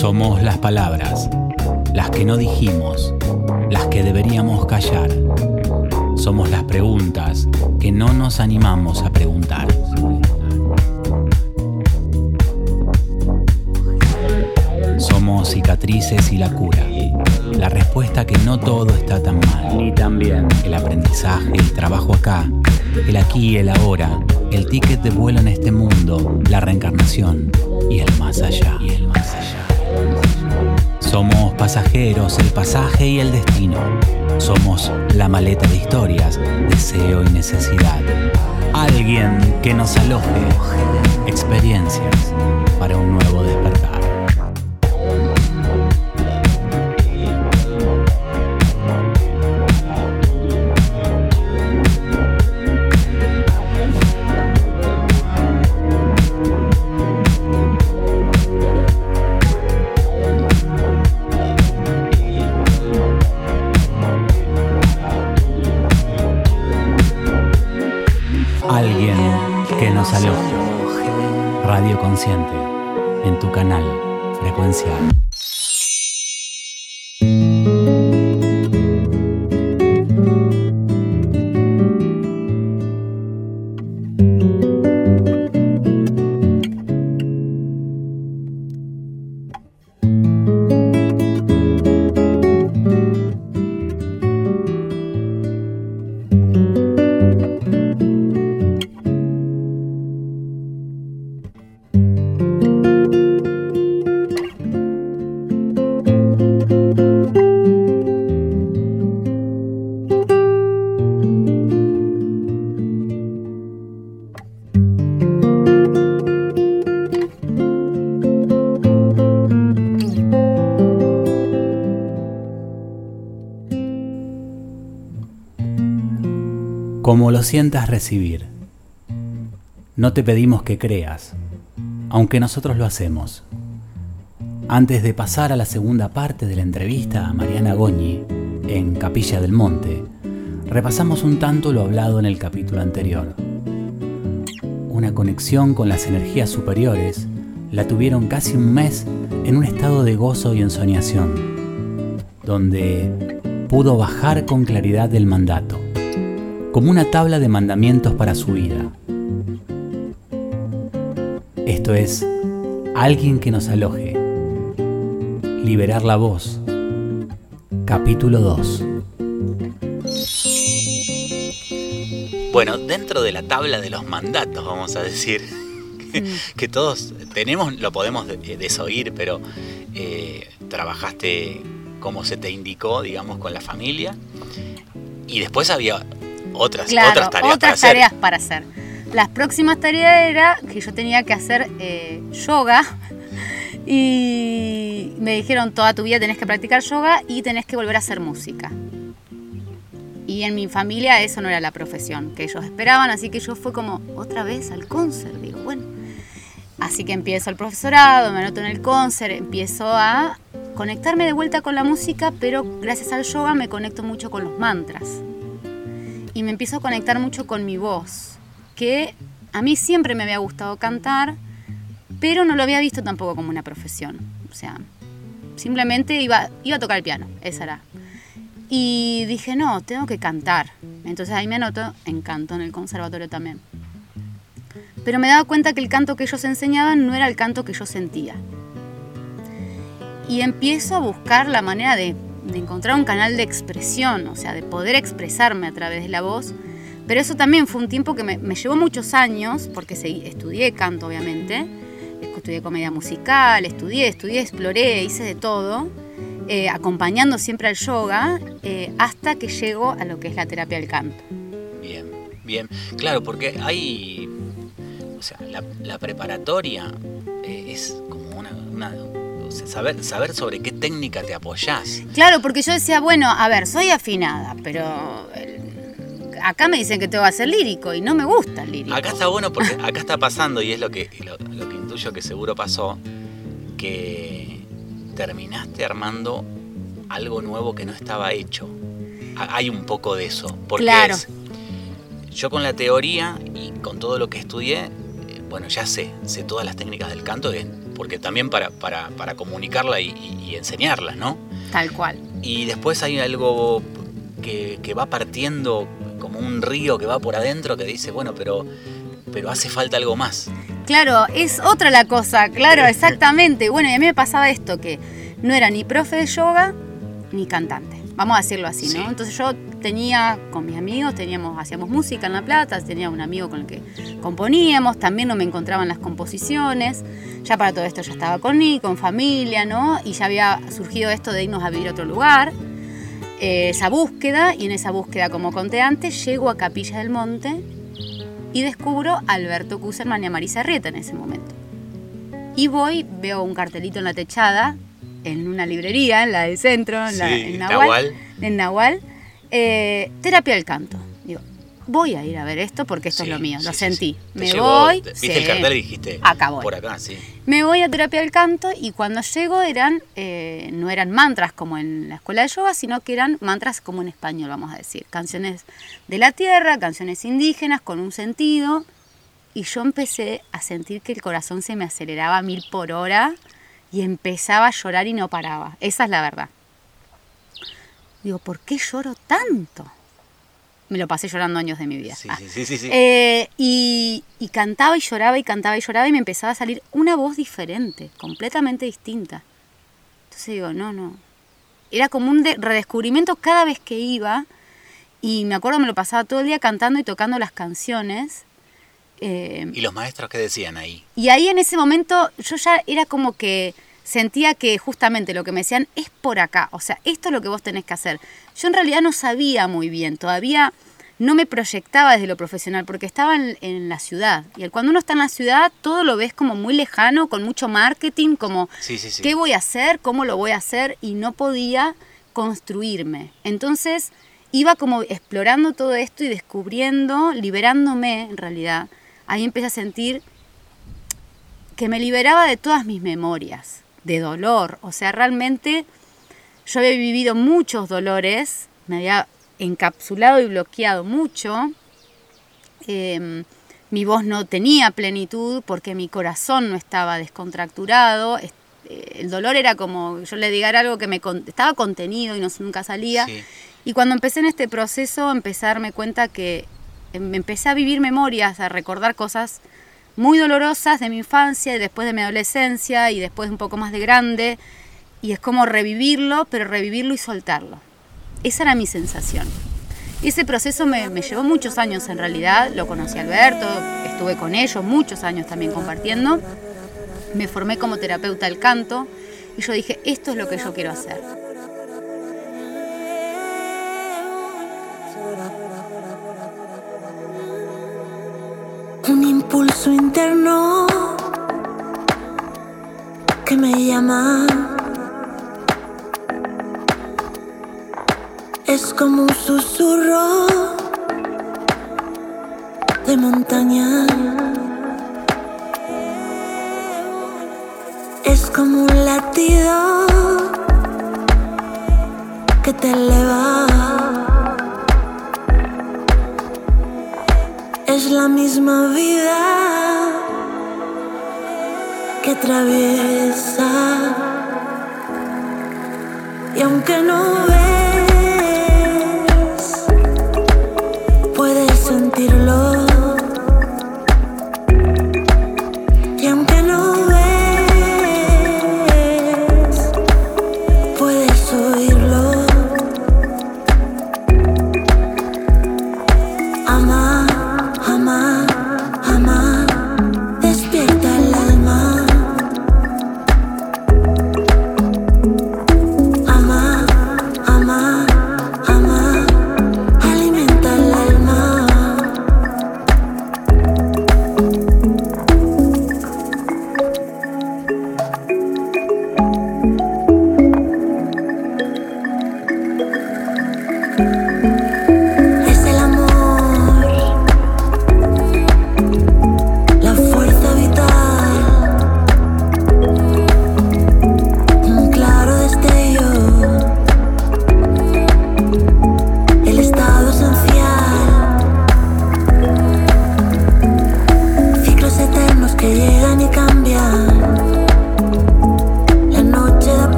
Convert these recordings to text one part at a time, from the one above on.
Somos las palabras, las que no dijimos, las que deberíamos callar. Somos las preguntas que no nos animamos a preguntar. Somos cicatrices y la cura. La respuesta que no todo está tan mal, ni tan bien. El aprendizaje, el trabajo acá, el aquí y el ahora, el ticket de vuelo en este mundo, la reencarnación y el más allá. Somos pasajeros, el pasaje y el destino. Somos la maleta de historias, deseo y necesidad. Alguien que nos aloje, experiencias para un nuevo despertar. Alguien que nos aloje. Radio Consciente, en tu canal Frecuencial. Como lo sientas recibir. No te pedimos que creas, aunque nosotros lo hacemos. Antes de pasar a la segunda parte de la entrevista a Mariana Goñi en Capilla del Monte, repasamos un tanto lo hablado en el capítulo anterior. Una conexión con las energías superiores la tuvieron casi un mes en un estado de gozo y ensoñación, donde pudo bajar con claridad del mandato, como una tabla de mandamientos para su vida. Esto es Alguien que nos aloje. Liberar la voz. Capítulo 2. Bueno, dentro de la tabla de los mandatos, vamos a decir, que todos tenemos, lo podemos desoír, pero trabajaste como se te indicó, digamos, con la familia, y después había otras tareas para hacer. Las próximas tareas era que yo tenía que hacer yoga, y me dijeron toda tu vida tenés que practicar yoga y tenés que volver a hacer música. Y en mi familia eso no era la profesión que ellos esperaban, así que yo fue como otra vez al concert, digo, bueno. Así que empiezo el profesorado, me anoto en el concert, empiezo a conectarme de vuelta con la música, pero gracias al yoga me conecto mucho con los mantras. Y me empiezo a conectar mucho con mi voz, que a mí siempre me había gustado cantar, pero no lo había visto tampoco como una profesión. O sea, simplemente iba a tocar el piano, esa era. Y dije, no, tengo que cantar. Entonces ahí me anoto en canto en el conservatorio también. Pero me daba cuenta que el canto que ellos enseñaban no era el canto que yo sentía. Y empiezo a buscar la manera de encontrar un canal de expresión, o sea, de poder expresarme a través de la voz. Pero eso también fue un tiempo que me llevó muchos años, porque estudié canto, obviamente. Estudié comedia musical, estudié, exploré, hice de todo, acompañando siempre al yoga, hasta que llego a lo que es la terapia del canto. Bien. Claro, porque hay... O sea, la preparatoria es como una o sea, saber sobre qué técnica te apoyás. Claro, porque yo decía, bueno, a ver, soy afinada, pero acá me dicen que tengo que ser lírico y no me gusta el lírico. Acá está bueno porque acá está pasando, y es lo que intuyo que seguro pasó, que terminaste armando algo nuevo que no estaba hecho. Hay un poco de eso. Porque claro. Yo con la teoría y con todo lo que estudié, bueno, ya sé todas las técnicas del canto, porque también para comunicarla y enseñarla, ¿no? Tal cual. Y después hay algo que va partiendo como un río que va por adentro que dice, bueno, pero hace falta algo más. Claro, es otra la cosa, claro, exactamente. Bueno, y a mí me pasaba esto, que no era ni profe de yoga ni cantante, vamos a decirlo así, ¿no? Sí. Entonces yo tenía, con mis amigos, hacíamos música en La Plata, tenía un amigo con el que componíamos, también no me encontraban las composiciones, ya para todo esto ya estaba con familia, ¿no? Y ya había surgido esto de irnos a vivir a otro lugar, esa búsqueda, y en esa búsqueda, como conté antes, llego a Capilla del Monte y descubro a Alberto Kuselman y a Marisa Rieta en ese momento. Y veo un cartelito en la techada, en una librería, en la del centro, en Nahual, terapia del canto. Digo, voy a ir a ver esto porque esto es lo mío, lo sentí. Me voy. Viste el cartel y dijiste, acá voy. Por acá, sí. Me voy a terapia del canto y cuando llego no eran mantras como en la escuela de yoga, sino que eran mantras como en español, vamos a decir. Canciones de la tierra, canciones indígenas con un sentido. Y yo empecé a sentir que el corazón se me aceleraba a 1000 por hora y empezaba a llorar y no paraba. Esa es la verdad. Digo, ¿por qué lloro tanto? Me lo pasé llorando años de mi vida. Sí. Y cantaba y lloraba y cantaba y lloraba y me empezaba a salir una voz diferente, completamente distinta. Entonces digo, no. Era como un redescubrimiento cada vez que iba y me acuerdo me lo pasaba todo el día cantando y tocando las canciones. ¿Y los maestros qué decían ahí? Y ahí en ese momento yo ya era como que sentía que justamente lo que me decían es por acá, o sea, esto es lo que vos tenés que hacer. Yo en realidad no sabía muy bien, todavía no me proyectaba desde lo profesional porque estaba en la ciudad. Y cuando uno está en la ciudad todo lo ves como muy lejano, con mucho marketing, como ¿qué voy a hacer? ¿Cómo lo voy a hacer? Y no podía construirme. Entonces iba como explorando todo esto y descubriendo, liberándome en realidad. Ahí empecé a sentir que me liberaba de todas mis memorias, de dolor. O sea, realmente yo había vivido muchos dolores, me había encapsulado y bloqueado mucho. Mi voz no tenía plenitud porque mi corazón no estaba descontracturado. El dolor era como, yo le digara algo que estaba contenido y nunca salía. Sí. Y cuando empecé en este proceso, empecé a darme cuenta que empecé a vivir memorias, a recordar cosas muy dolorosas de mi infancia y después de mi adolescencia y después un poco más de grande. Y es como revivirlo, pero revivirlo y soltarlo. Esa era mi sensación. Y ese proceso me llevó muchos años en realidad. Lo conocí a Alberto, estuve con ellos muchos años también compartiendo. Me formé como terapeuta del canto y yo dije, esto es lo que yo quiero hacer. Un impulso interno que me llama. Es como un susurro de montaña. Es como un latido que te eleva. Es la misma vida que atraviesa. Y aunque no ves, puedes sentirlo. Y aunque no ves, puedes oírlo. Ama, ama, ama, despierta el alma. Ama,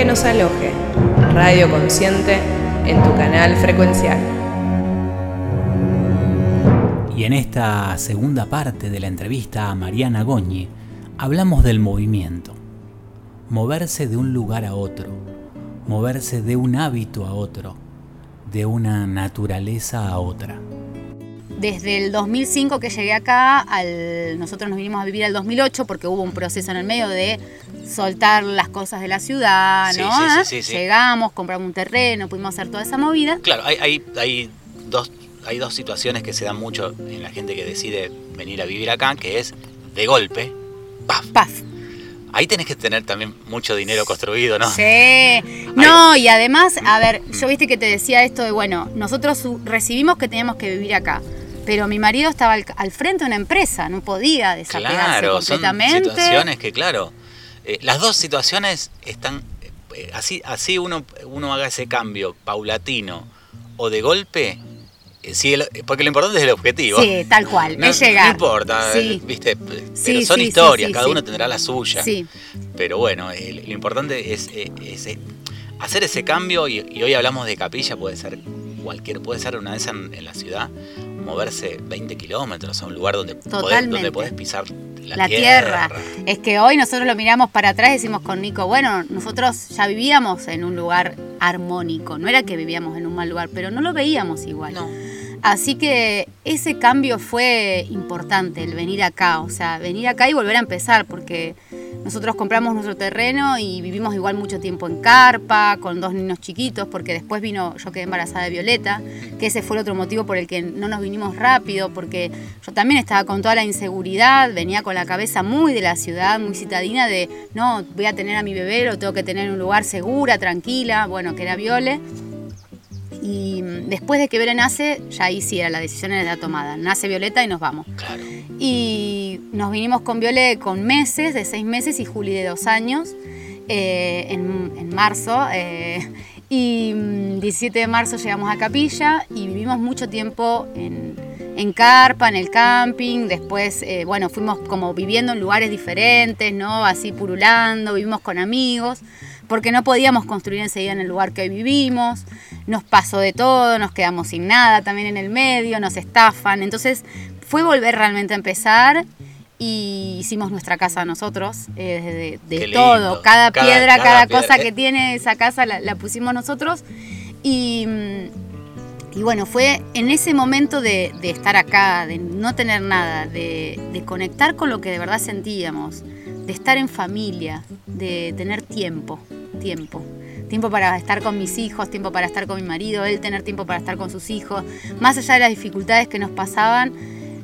que nos aloje. Radio Consciente en tu canal frecuencial. Y en esta segunda parte de la entrevista a Mariana Goñi hablamos del movimiento. Moverse de un lugar a otro, moverse de un hábito a otro, de una naturaleza a otra. Desde el 2005 que llegué acá, nosotros nos vinimos a vivir al 2008 porque hubo un proceso en el medio de soltar las cosas de la ciudad, ¿no? Sí. Llegamos, compramos un terreno, pudimos hacer toda esa movida. Claro, hay dos situaciones que se dan mucho en la gente que decide venir a vivir acá, que es de golpe, ¡paf! Ahí tenés que tener también mucho dinero construido, ¿no? Sí. No, y además, a ver, yo viste que te decía esto de, bueno, nosotros recibimos que teníamos que vivir acá, pero mi marido estaba al frente de una empresa, no podía desapegarse completamente. Son situaciones que, claro, las dos situaciones están, así uno haga ese cambio paulatino o de golpe. Sí, porque lo importante es el objetivo. Sí, tal cual, es llegar. No importa, sí. ¿viste? Pero son historias, cada uno tendrá la suya. Sí. Pero bueno, lo importante es hacer ese cambio y hoy hablamos de Capilla, puede ser una vez en la ciudad, moverse 20 kilómetros a un lugar donde podés pisar la tierra. Es que hoy nosotros lo miramos para atrás y decimos con Nico, bueno, nosotros ya vivíamos en un lugar armónico, no era que vivíamos en un mal lugar, pero no lo veíamos igual. No. Así que ese cambio fue importante, el venir acá y volver a empezar, porque nosotros compramos nuestro terreno y vivimos igual mucho tiempo en carpa, con 2 niños chiquitos, porque después yo quedé embarazada de Violeta, que ese fue el otro motivo por el que no nos vinimos rápido, porque yo también estaba con toda la inseguridad, venía con la cabeza muy de la ciudad, muy citadina, de no, voy a tener a mi bebé, lo tengo que tener en un lugar segura, tranquila, bueno, que era Viole. Y después de que Viole nace, ya ahí sí era la decisión era tomada. Nace Violeta y nos vamos. Claro. Y nos vinimos con Viole con meses, de 6 meses, y Juli de 2 años, en marzo. Y 17 de marzo llegamos a Capilla y vivimos mucho tiempo en carpa, en el camping. Después, fuimos como viviendo en lugares diferentes, ¿no? Así purulando, vivimos con amigos, porque no podíamos construir enseguida en el lugar que hoy vivimos. Nos pasó de todo, nos quedamos sin nada también en el medio, nos estafan. Entonces fue volver realmente a empezar y hicimos nuestra casa nosotros, de todo. Cada piedra, cada cosa que tiene esa casa la pusimos nosotros. Y bueno, fue en ese momento de estar acá, de no tener nada, de conectar con lo que de verdad sentíamos, de estar en familia, de tener tiempo para estar con mis hijos, tiempo para estar con mi marido, él tener tiempo para estar con sus hijos. Más allá de las dificultades que nos pasaban,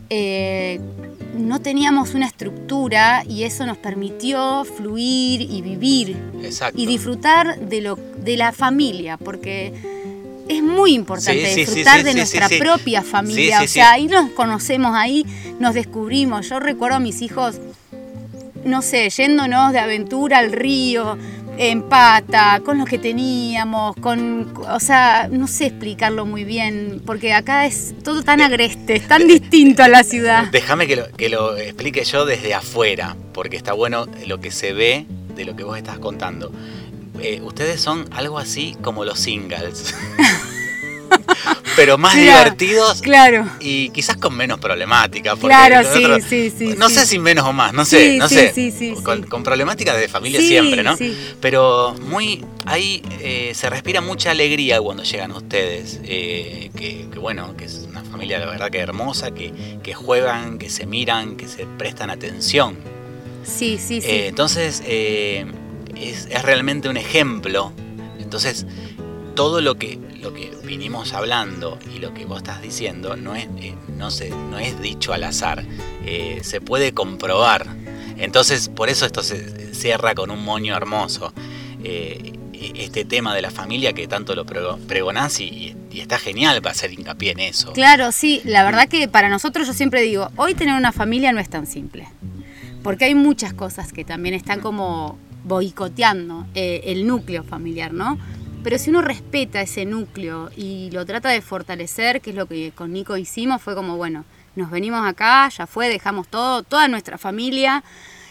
no teníamos una estructura y eso nos permitió fluir y vivir. Exacto. Y disfrutar de la familia, porque es muy importante disfrutar de nuestra propia familia. Ahí nos conocemos, ahí nos descubrimos. Yo recuerdo a mis hijos, no sé, yéndonos de aventura al río, en pata, con lo que teníamos, no sé explicarlo muy bien, porque acá es todo tan agreste, es tan distinto a la ciudad. Déjame que lo explique yo desde afuera, porque está bueno lo que se ve de lo que vos estás contando. Ustedes son algo así como los singles. Pero más divertidos, claro. Y quizás con menos problemática. Claro, no sé si menos o más, no sé. Con problemáticas de familia siempre, ¿no? Sí. Pero ahí se respira mucha alegría cuando llegan ustedes. Que es una familia, la verdad, que hermosa, que juegan, que se miran, que se prestan atención. Sí. Entonces, es realmente un ejemplo. Entonces, todo lo que vinimos hablando y lo que vos estás diciendo no es dicho al azar, se puede comprobar. Entonces, por eso esto se cierra con un moño hermoso. Este tema de la familia que tanto lo pregonás y está genial para hacer hincapié en eso. Claro, sí, la verdad que para nosotros, yo siempre digo, hoy tener una familia no es tan simple, porque hay muchas cosas que también están como boicoteando el núcleo familiar, ¿no? Pero si uno respeta ese núcleo y lo trata de fortalecer, que es lo que con Nico hicimos, fue como, bueno, nos venimos acá, ya fue, dejamos todo, toda nuestra familia,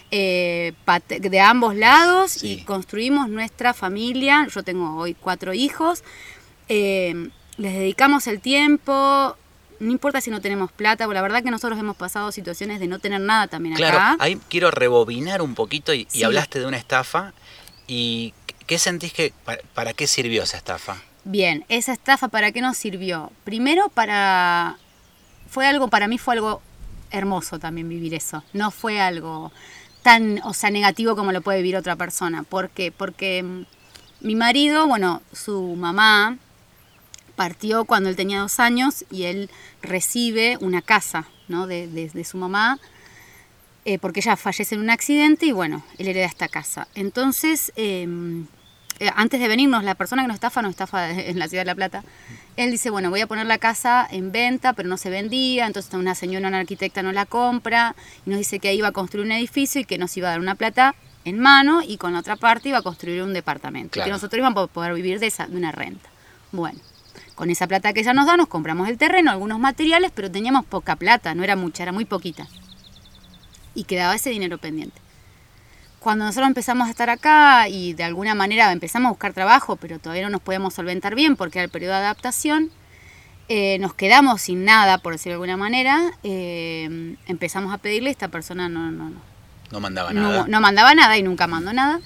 de ambos lados, Sí. y construimos nuestra familia. Yo tengo hoy 4 hijos. Les dedicamos el tiempo. No importa si no tenemos plata, porque la verdad que nosotros hemos pasado situaciones de no tener nada también Claro, acá. ahí quiero rebobinar un poquito y Sí. hablaste de una estafa. ¿Y qué sentís que, para qué sirvió esa estafa? Bien, esa estafa, ¿para qué nos sirvió? Primero para mí fue algo hermoso también vivir eso. No fue algo tan, negativo como lo puede vivir otra persona. ¿Por qué? Porque mi marido, su mamá partió cuando él tenía 2 años y él recibe una casa, ¿no? de su mamá, porque ella fallece en un accidente y él hereda esta casa. Entonces, antes de venirnos, la persona que nos estafa en la ciudad de La Plata. Él dice, voy a poner la casa en venta, pero no se vendía, entonces una señora, una arquitecta nos la compra, y nos dice que iba a construir un edificio y que nos iba a dar una plata en mano, y con la otra parte iba a construir un departamento, Claro. que nosotros íbamos a poder vivir de una renta. Bueno, con esa plata que ella nos da, nos compramos el terreno, algunos materiales, pero teníamos poca plata, no era mucha, era muy poquita. Y quedaba ese dinero pendiente. Cuando nosotros empezamos a estar acá y de alguna manera empezamos a buscar trabajo, pero todavía no nos podíamos solventar bien porque era el periodo de adaptación, nos quedamos sin nada, por decirlo de alguna manera, empezamos a pedirle, esta persona no No mandaba nada. no mandaba nada y nunca mandó nada.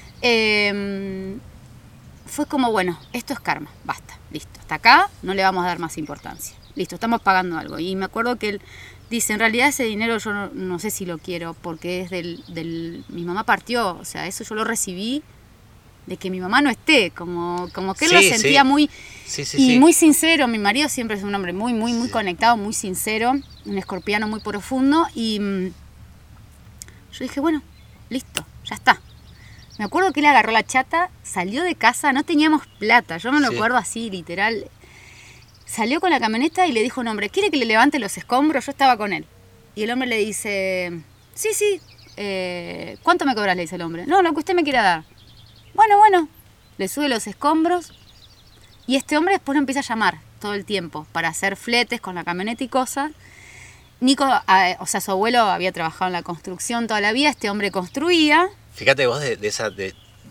Fue como, esto es karma, basta, listo, hasta acá no le vamos a dar más importancia. Listo, estamos pagando algo. Y me acuerdo que él dice, en realidad ese dinero yo no sé si lo quiero, porque es mi mamá partió, o sea, eso yo lo recibí de que mi mamá no esté, como que él lo Sí, sentía sí. muy... Sí. Y muy sincero. Mi marido siempre es un hombre muy Sí. conectado, muy sincero, un escorpiano muy profundo, y yo dije, listo, ya está. Me acuerdo que él agarró la chata, salió de casa, no teníamos plata, yo me lo Sí. acuerdo así, literal. Salió con la camioneta y le dijo a un hombre, ¿quiere que le levante los escombros? Yo estaba con él. Y el hombre le dice, sí, ¿cuánto me cobras? Le dice el hombre. No, lo que usted me quiera dar. Bueno, le sube los escombros. Y este hombre después lo empieza a llamar todo el tiempo para hacer fletes con la camioneta y cosas. Nico, su abuelo había trabajado en la construcción toda la vida, este hombre construía. Fíjate vos de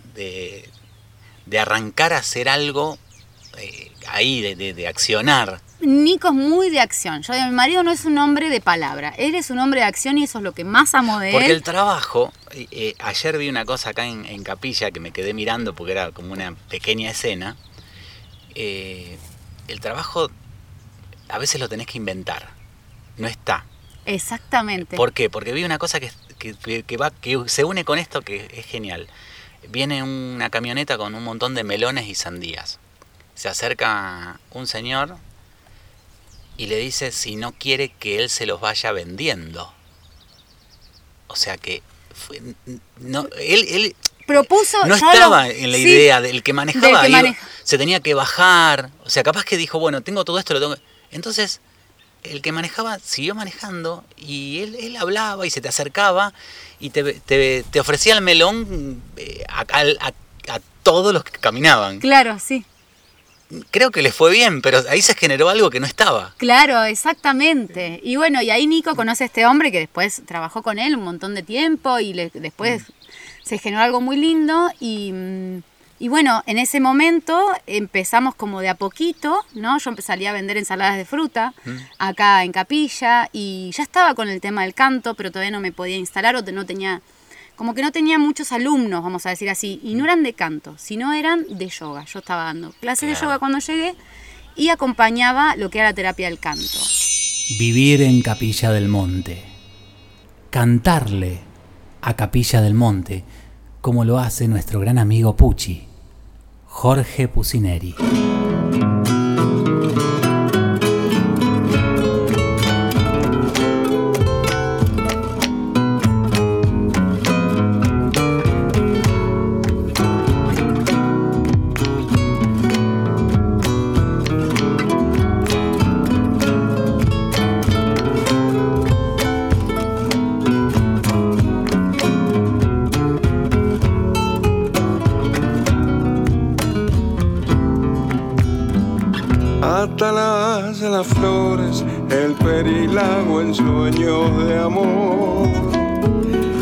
arrancar a hacer algo ahí, de accionar. Nico es muy de acción. Mi marido no es un hombre de palabra, él es un hombre de acción y eso es lo que más amo de Porque él. el trabajo, ayer vi una cosa acá en Capilla que me quedé mirando porque era como una pequeña escena. El trabajo a veces lo tenés que inventar, no está. Exactamente. ¿Por qué? Porque vi una cosa que se une con esto que es genial. Viene una camioneta con un montón de melones y sandías. Se acerca un señor y le dice si no quiere que él se los vaya vendiendo. O sea que él Propuso. no ya estaba en la sí, idea del que manejaba, del que maneja. se tenía que bajar. O sea, capaz que dijo, tengo todo esto, lo tengo. Entonces, el que manejaba siguió manejando y él hablaba y se te acercaba y te ofrecía el melón a todos los que caminaban. Claro, sí. Creo que le fue bien, pero ahí se generó algo que no estaba. Claro, exactamente. Y y ahí Nico conoce a este hombre que después trabajó con él un montón de tiempo y después se generó algo muy lindo y en ese momento empezamos como de a poquito, ¿no? Yo salí a vender ensaladas de fruta acá en Capilla y ya estaba con el tema del canto, pero todavía no me podía instalar o no tenía muchos alumnos, vamos a decir así, y no eran de canto, sino eran de yoga. Yo estaba dando clases de yoga cuando llegué y acompañaba lo que era la terapia del canto. Vivir en Capilla del Monte. Cantarle a Capilla del Monte, como lo hace nuestro gran amigo Pucci, Jorge Pucineri. Atalas de las flores, el perilago en sueños de amor. Un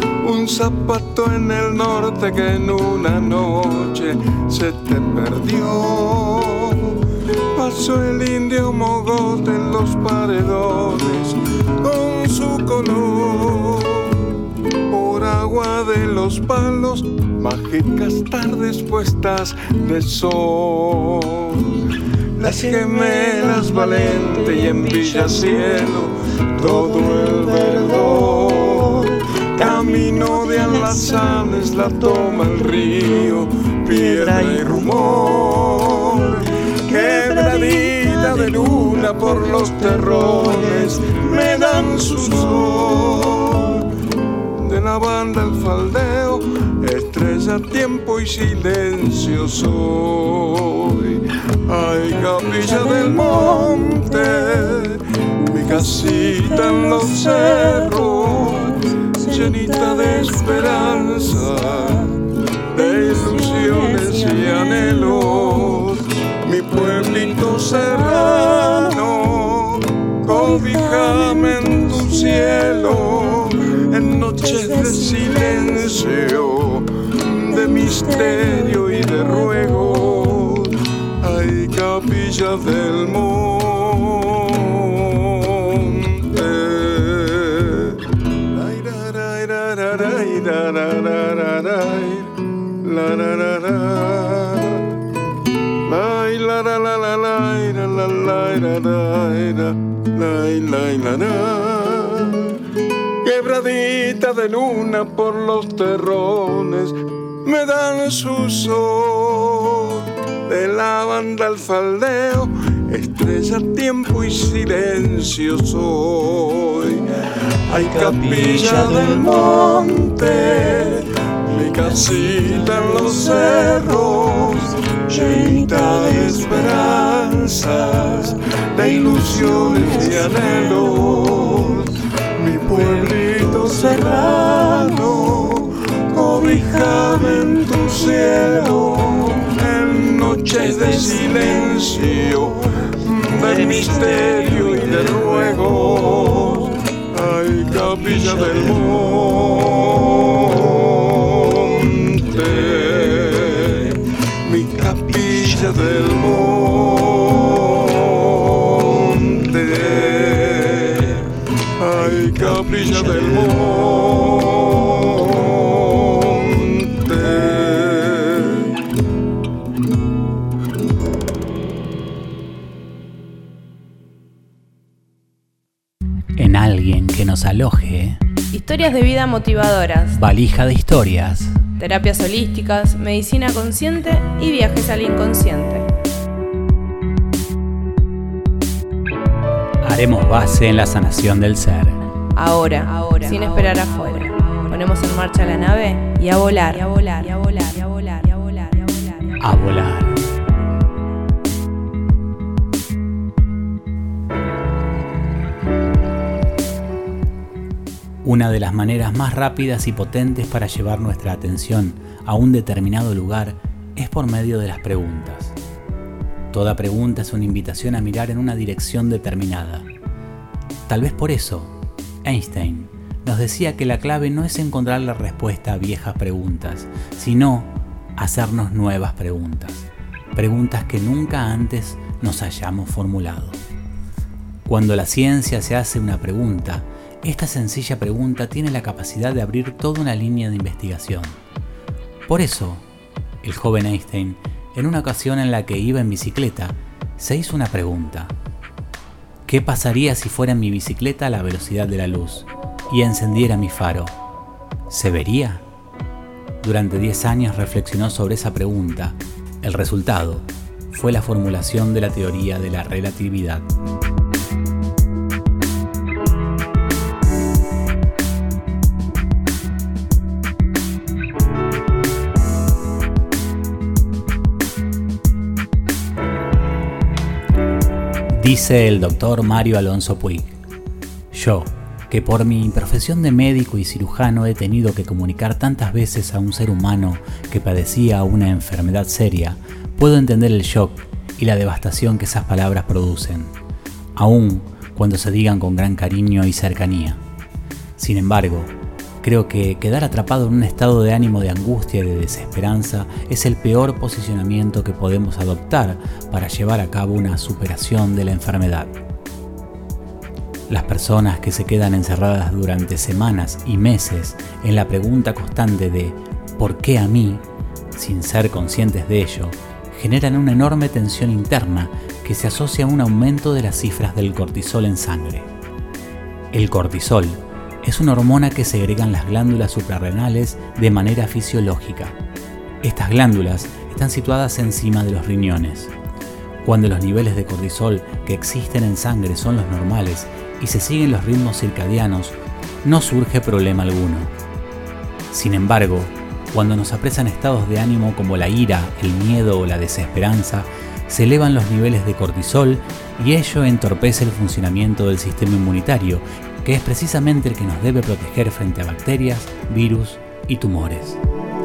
un zapato en el norte que en una noche se te perdió. Pasó el indio mogote en los paredones con su color. Por agua de los palos, mágicas tardes puestas de sol. Las gemelas Valente y en Villacielo todo el verdor. Camino de Alazanes la toma el río, piedra y rumor. Quebradita de luna por los terrones me dan su sol. De la banda el faldeo, estrella, tiempo y silencio soy. Ay, capilla del monte, mi casita en los cerros, llenita de esperanza, de ilusiones y anhelos. Mi pueblito serrano, cobíjame en tu cielo, en noches de silencio, de misterio y de ruego. Ay, capilla del monte. Ay, ra, ra, ra, ra, ra, ra, ra, ra, ra, la, ra, ra, ra. Ay, la, la, la, la, la, la, la, la, la, la. Quebradita de luna por los terrones me dan su sol. De la banda al faldeo, estrella, tiempo y silencio soy. Ay, capilla del monte, mi casita en los cerros, llenita de esperanzas, de ilusiones y anhelos. Mi pueblito serrano, cobíjame en tu cielo, en noches de silencio, de misterio y de ruego. Ay, capilla del monte, mi capilla del monte. Ay, capilla del monte. En alguien que nos aloje. Historias de vida motivadoras. Valija de historias. Terapias holísticas, medicina consciente y viajes al inconsciente. Haremos base en la sanación del ser. Ahora, sin esperar afuera. Ponemos en marcha la nave y a volar. A volar. Una de las maneras más rápidas y potentes para llevar nuestra atención a un determinado lugar es por medio de las preguntas. Toda pregunta es una invitación a mirar en una dirección determinada. Tal vez por eso, Einstein nos decía que la clave no es encontrar la respuesta a viejas preguntas, sino hacernos nuevas preguntas. Preguntas que nunca antes nos hayamos formulado. Cuando la ciencia se hace una pregunta, esta sencilla pregunta tiene la capacidad de abrir toda una línea de investigación. Por eso, el joven Einstein, en una ocasión en la que iba en bicicleta, se hizo una pregunta. ¿Qué pasaría si fuera en mi bicicleta a la velocidad de la luz y encendiera mi faro? ¿Se vería? Durante 10 años reflexionó sobre esa pregunta. El resultado fue la formulación de la teoría de la relatividad. Dice el doctor Mario Alonso Puig: yo, que por mi profesión de médico y cirujano he tenido que comunicar tantas veces a un ser humano que padecía una enfermedad seria, puedo entender el shock y la devastación que esas palabras producen, aun cuando se digan con gran cariño y cercanía. Sin embargo, Creo que quedar atrapado en un estado de ánimo de angustia y de desesperanza es el peor posicionamiento que podemos adoptar para llevar a cabo una superación de la enfermedad. Las personas que se quedan encerradas durante semanas y meses en la pregunta constante de ¿por qué a mí?, sin ser conscientes de ello, generan una enorme tensión interna que se asocia a un aumento de las cifras del cortisol en sangre. El cortisol es una hormona que segregan las glándulas suprarrenales de manera fisiológica. Estas glándulas están situadas encima de los riñones. Cuando los niveles de cortisol que existen en sangre son los normales y se siguen los ritmos circadianos, no surge problema alguno. Sin embargo, cuando nos apresan estados de ánimo como la ira, el miedo o la desesperanza, se elevan los niveles de cortisol y ello entorpece el funcionamiento del sistema inmunitario, que es precisamente el que nos debe proteger frente a bacterias, virus y tumores.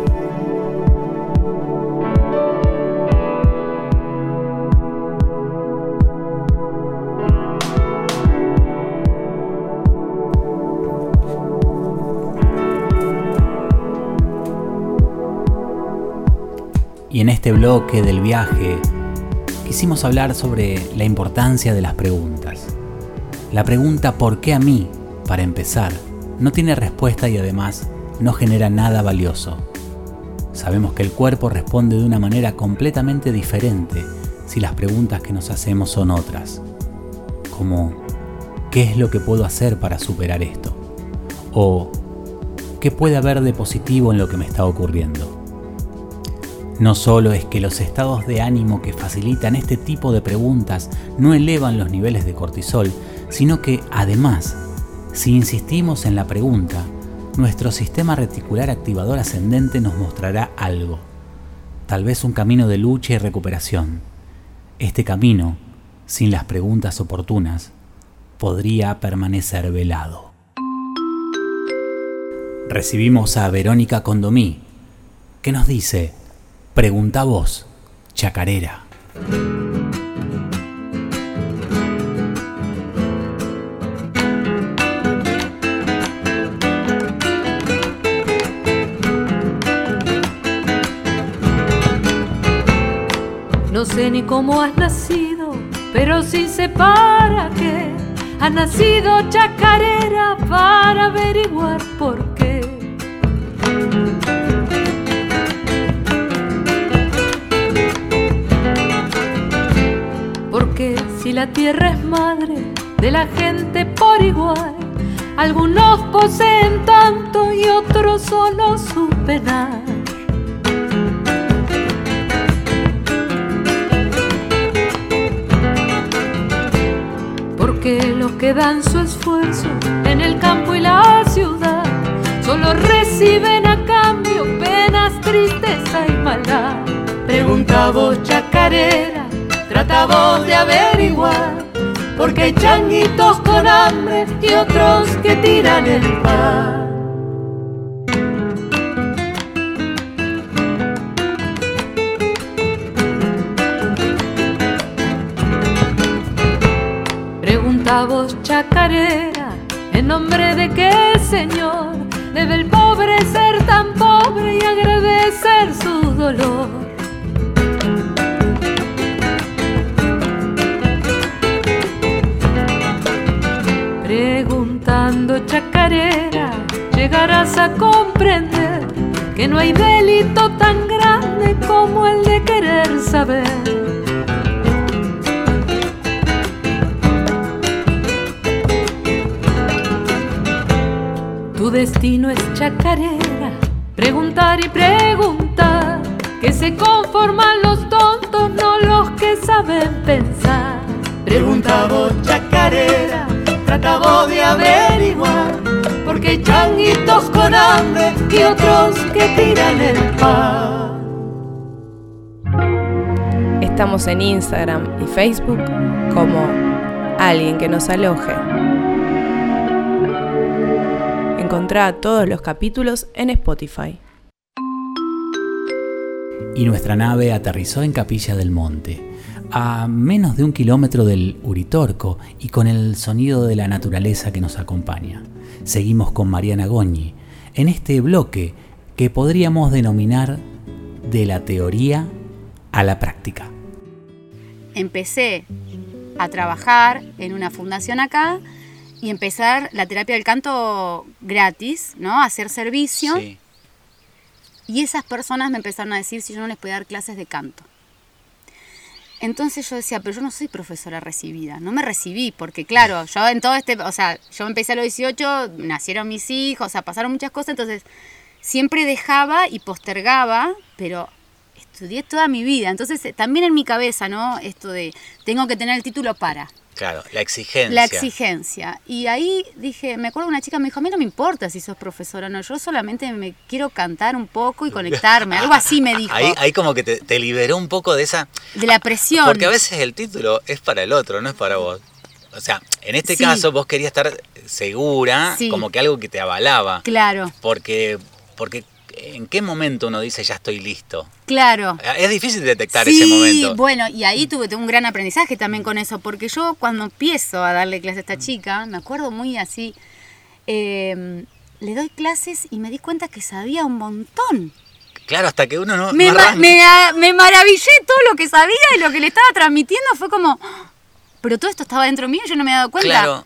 Y en este bloque del viaje quisimos hablar sobre la importancia de las preguntas. La pregunta ¿por qué a mí?, para empezar, no tiene respuesta y además no genera nada valioso. Sabemos que el cuerpo responde de una manera completamente diferente si las preguntas que nos hacemos son otras. Como ¿qué es lo que puedo hacer para superar esto? O ¿qué puede haber de positivo en lo que me está ocurriendo? No solo es que los estados de ánimo que facilitan este tipo de preguntas no elevan los niveles de cortisol, sino que, además, si insistimos en la pregunta, nuestro sistema reticular activador ascendente nos mostrará algo, tal vez un camino de lucha y recuperación. Este camino, sin las preguntas oportunas, podría permanecer velado. Recibimos a Verónica Condomí, que nos dice: pregunta vos, chacarera. No sé ni cómo has nacido, pero sí sé para qué. Has nacido chacarera para averiguar por qué. Porque si la tierra es madre de la gente por igual, algunos poseen tanto y otros solo su penar. Porque los que dan su esfuerzo en el campo y la ciudad solo reciben a cambio penas, tristeza y maldad. Pregunta vos, chacarera, trata vos de averiguar, porque hay changuitos con hambre y otros que tiran el pan. Pregunta vos, chacarera, ¿en nombre de qué señor debe el pobre ser tan pobre y agradecer su dolor? Preguntando, chacarera, llegarás a comprender que no hay delito tan grande como el de querer saber. Tu destino es, chacarera, preguntar y preguntar, que se conforman los tontos, no los que saben pensar. Pregunta vos, chacarera, trata vos de averiguar, porque hay changuitos con hambre y otros que tiran el pan. Estamos en Instagram y Facebook como Alguien que nos aloje. Encontrá todos los capítulos en Spotify. Y nuestra nave aterrizó en Capilla del Monte, a menos de 1 kilómetro del Uritorco y con el sonido de la naturaleza que nos acompaña. Seguimos con Mariana Goñi, en este bloque que podríamos denominar de la teoría a la práctica. Empecé a trabajar en una fundación acá y empezar la terapia del canto gratis, ¿no? A hacer servicio. Sí. Y esas personas me empezaron a decir si yo no les podía dar clases de canto. Entonces yo decía, pero yo no soy profesora recibida, no me recibí, porque claro, yo en todo yo empecé a los 18, nacieron mis hijos, o sea, pasaron muchas cosas, entonces siempre dejaba y postergaba, pero estudié toda mi vida, entonces también en mi cabeza, ¿no? Esto de, tengo que tener el título para... Claro, la exigencia. La exigencia. Y ahí dije, me acuerdo una chica me dijo, a mí no me importa si sos profesora o no, yo solamente me quiero cantar un poco y conectarme, algo así me dijo. Ahí como que te liberó un poco de esa... De la presión. Porque a veces el título es para el otro, no es para vos. O sea, en este caso vos querías estar segura, como que algo que te avalaba. Claro. Porque ¿en qué momento uno dice ya estoy listo? Claro. Es difícil detectar ese momento. Sí, bueno, y ahí tuve un gran aprendizaje también con eso, porque yo cuando empiezo a darle clase a esta chica, me acuerdo muy así, le doy clases y me di cuenta que sabía un montón. Claro, hasta que uno no me arranca. Me maravillé todo lo que sabía y lo que le estaba transmitiendo fue como, pero todo esto estaba dentro mío y yo no me había dado cuenta. Claro.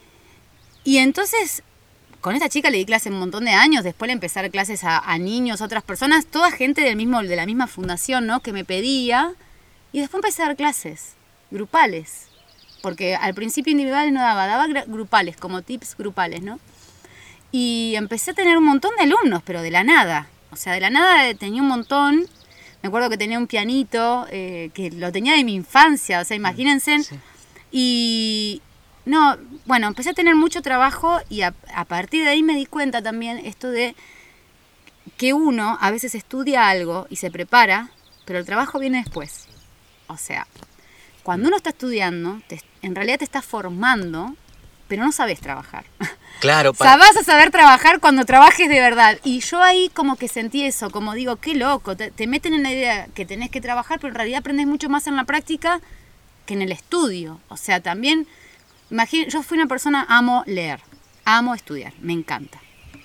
Y entonces... Con esta chica le di clases un montón de años, después le empecé a dar clases a niños, a otras personas, toda gente de la misma fundación, ¿no? Que me pedía, y después empecé a dar clases grupales, porque al principio individuales no daba grupales, como tips grupales, ¿no? Y empecé a tener un montón de alumnos, pero de la nada, o sea, de la nada tenía un montón. Me acuerdo que tenía un pianito, que lo tenía de mi infancia, o sea, imagínense, Sí. Y... No, bueno, empecé a tener mucho trabajo y a partir de ahí me di cuenta también esto de que uno a veces estudia algo y se prepara, pero el trabajo viene después. O sea, cuando uno está estudiando, en realidad te estás formando, pero no sabes trabajar. Claro. O sea, vas a saber trabajar cuando trabajes de verdad. Y yo ahí como que sentí eso, como digo, qué loco, te meten en la idea que tenés que trabajar, pero en realidad aprendes mucho más en la práctica que en el estudio. O sea, también... yo fui una persona, amo leer, amo estudiar, me encanta.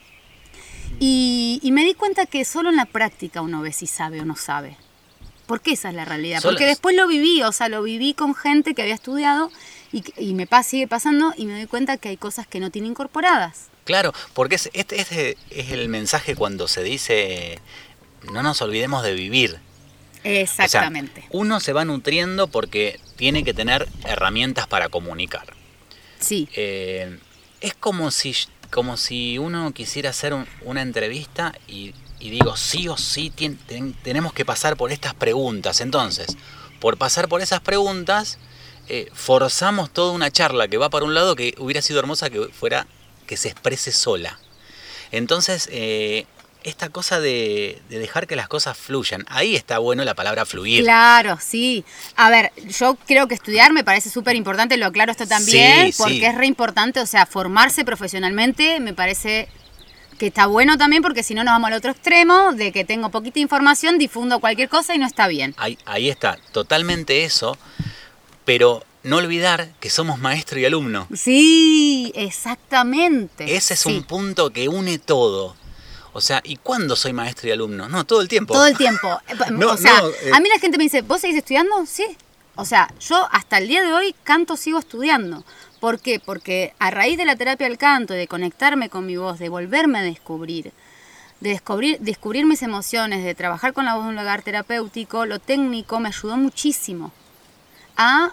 Y me di cuenta que solo en la práctica uno ve si sabe o no sabe. Porque esa es la realidad. Porque después lo viví con gente que había estudiado y sigue pasando y me doy cuenta que hay cosas que no tiene incorporadas. Claro, porque este es el mensaje cuando se dice, no nos olvidemos de vivir. Exactamente. O sea, uno se va nutriendo porque tiene que tener herramientas para comunicar. Sí. Es como si uno quisiera hacer una entrevista y digo, sí o sí tenemos que pasar por estas preguntas. Entonces, por pasar por esas preguntas, forzamos toda una charla que va para un lado que hubiera sido hermosa que se exprese sola. Entonces, esta cosa de dejar que las cosas fluyan, ahí está bueno la palabra fluir. Claro, sí. A ver, yo creo que estudiar me parece súper importante, lo aclaro esto también, porque es re importante, o sea, formarse profesionalmente me parece que está bueno también, porque si no nos vamos al otro extremo, de que tengo poquita información, difundo cualquier cosa y no está bien. Ahí está, totalmente eso, pero no olvidar que somos maestro y alumno. Sí, exactamente. Ese es un punto que une todo. O sea, ¿y cuándo soy maestro y alumno? No, todo el tiempo. Todo el tiempo. A mí la gente me dice, ¿vos seguís estudiando? Sí. O sea, yo hasta el día de hoy canto, sigo estudiando. ¿Por qué? Porque a raíz de la terapia del canto, de conectarme con mi voz, de volverme a descubrir, de descubrir mis emociones, de trabajar con la voz en un lugar terapéutico, lo técnico me ayudó muchísimo a